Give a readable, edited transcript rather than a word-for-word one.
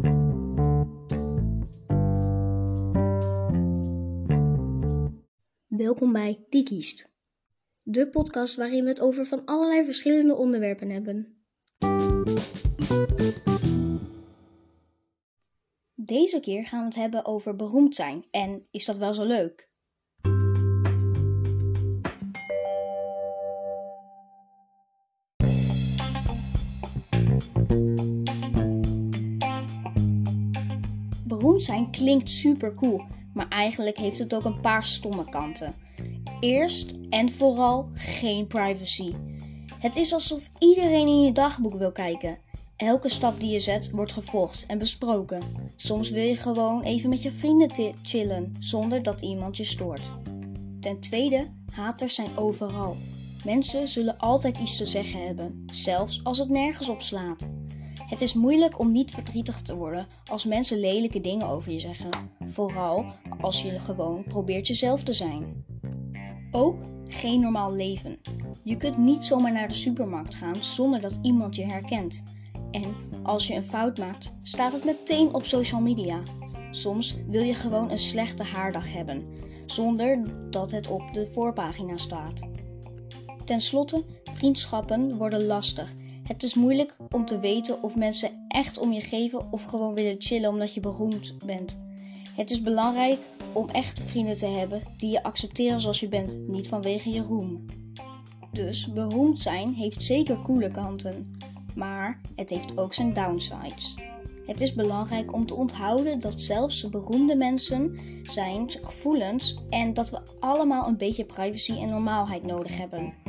Welkom bij Die Kiest, de podcast waarin we het over van allerlei verschillende onderwerpen hebben. Deze keer gaan we het hebben over beroemd zijn en is dat wel zo leuk? Beroemd zijn klinkt super cool, maar eigenlijk heeft het ook een paar stomme kanten. Eerst en vooral geen privacy. Het is alsof iedereen in je dagboek wil kijken. Elke stap die je zet wordt gevolgd en besproken. Soms wil je gewoon even met je vrienden chillen, zonder dat iemand je stoort. Ten tweede, haters zijn overal. Mensen zullen altijd iets te zeggen hebben, zelfs als het nergens op slaat. Het is moeilijk om niet verdrietig te worden als mensen lelijke dingen over je zeggen. Vooral als je gewoon probeert jezelf te zijn. Ook geen normaal leven. Je kunt niet zomaar naar de supermarkt gaan zonder dat iemand je herkent. En als je een fout maakt, staat het meteen op social media. Soms wil je gewoon een slechte haardag hebben, zonder dat het op de voorpagina staat. Ten slotte, vriendschappen worden lastig. Het is moeilijk om te weten of mensen echt om je geven of gewoon willen chillen omdat je beroemd bent. Het is belangrijk om echte vrienden te hebben die je accepteren zoals je bent, niet vanwege je roem. Dus beroemd zijn heeft zeker coole kanten, maar het heeft ook zijn downsides. Het is belangrijk om te onthouden dat zelfs beroemde mensen zijn gevoelens en dat we allemaal een beetje privacy en normaalheid nodig hebben.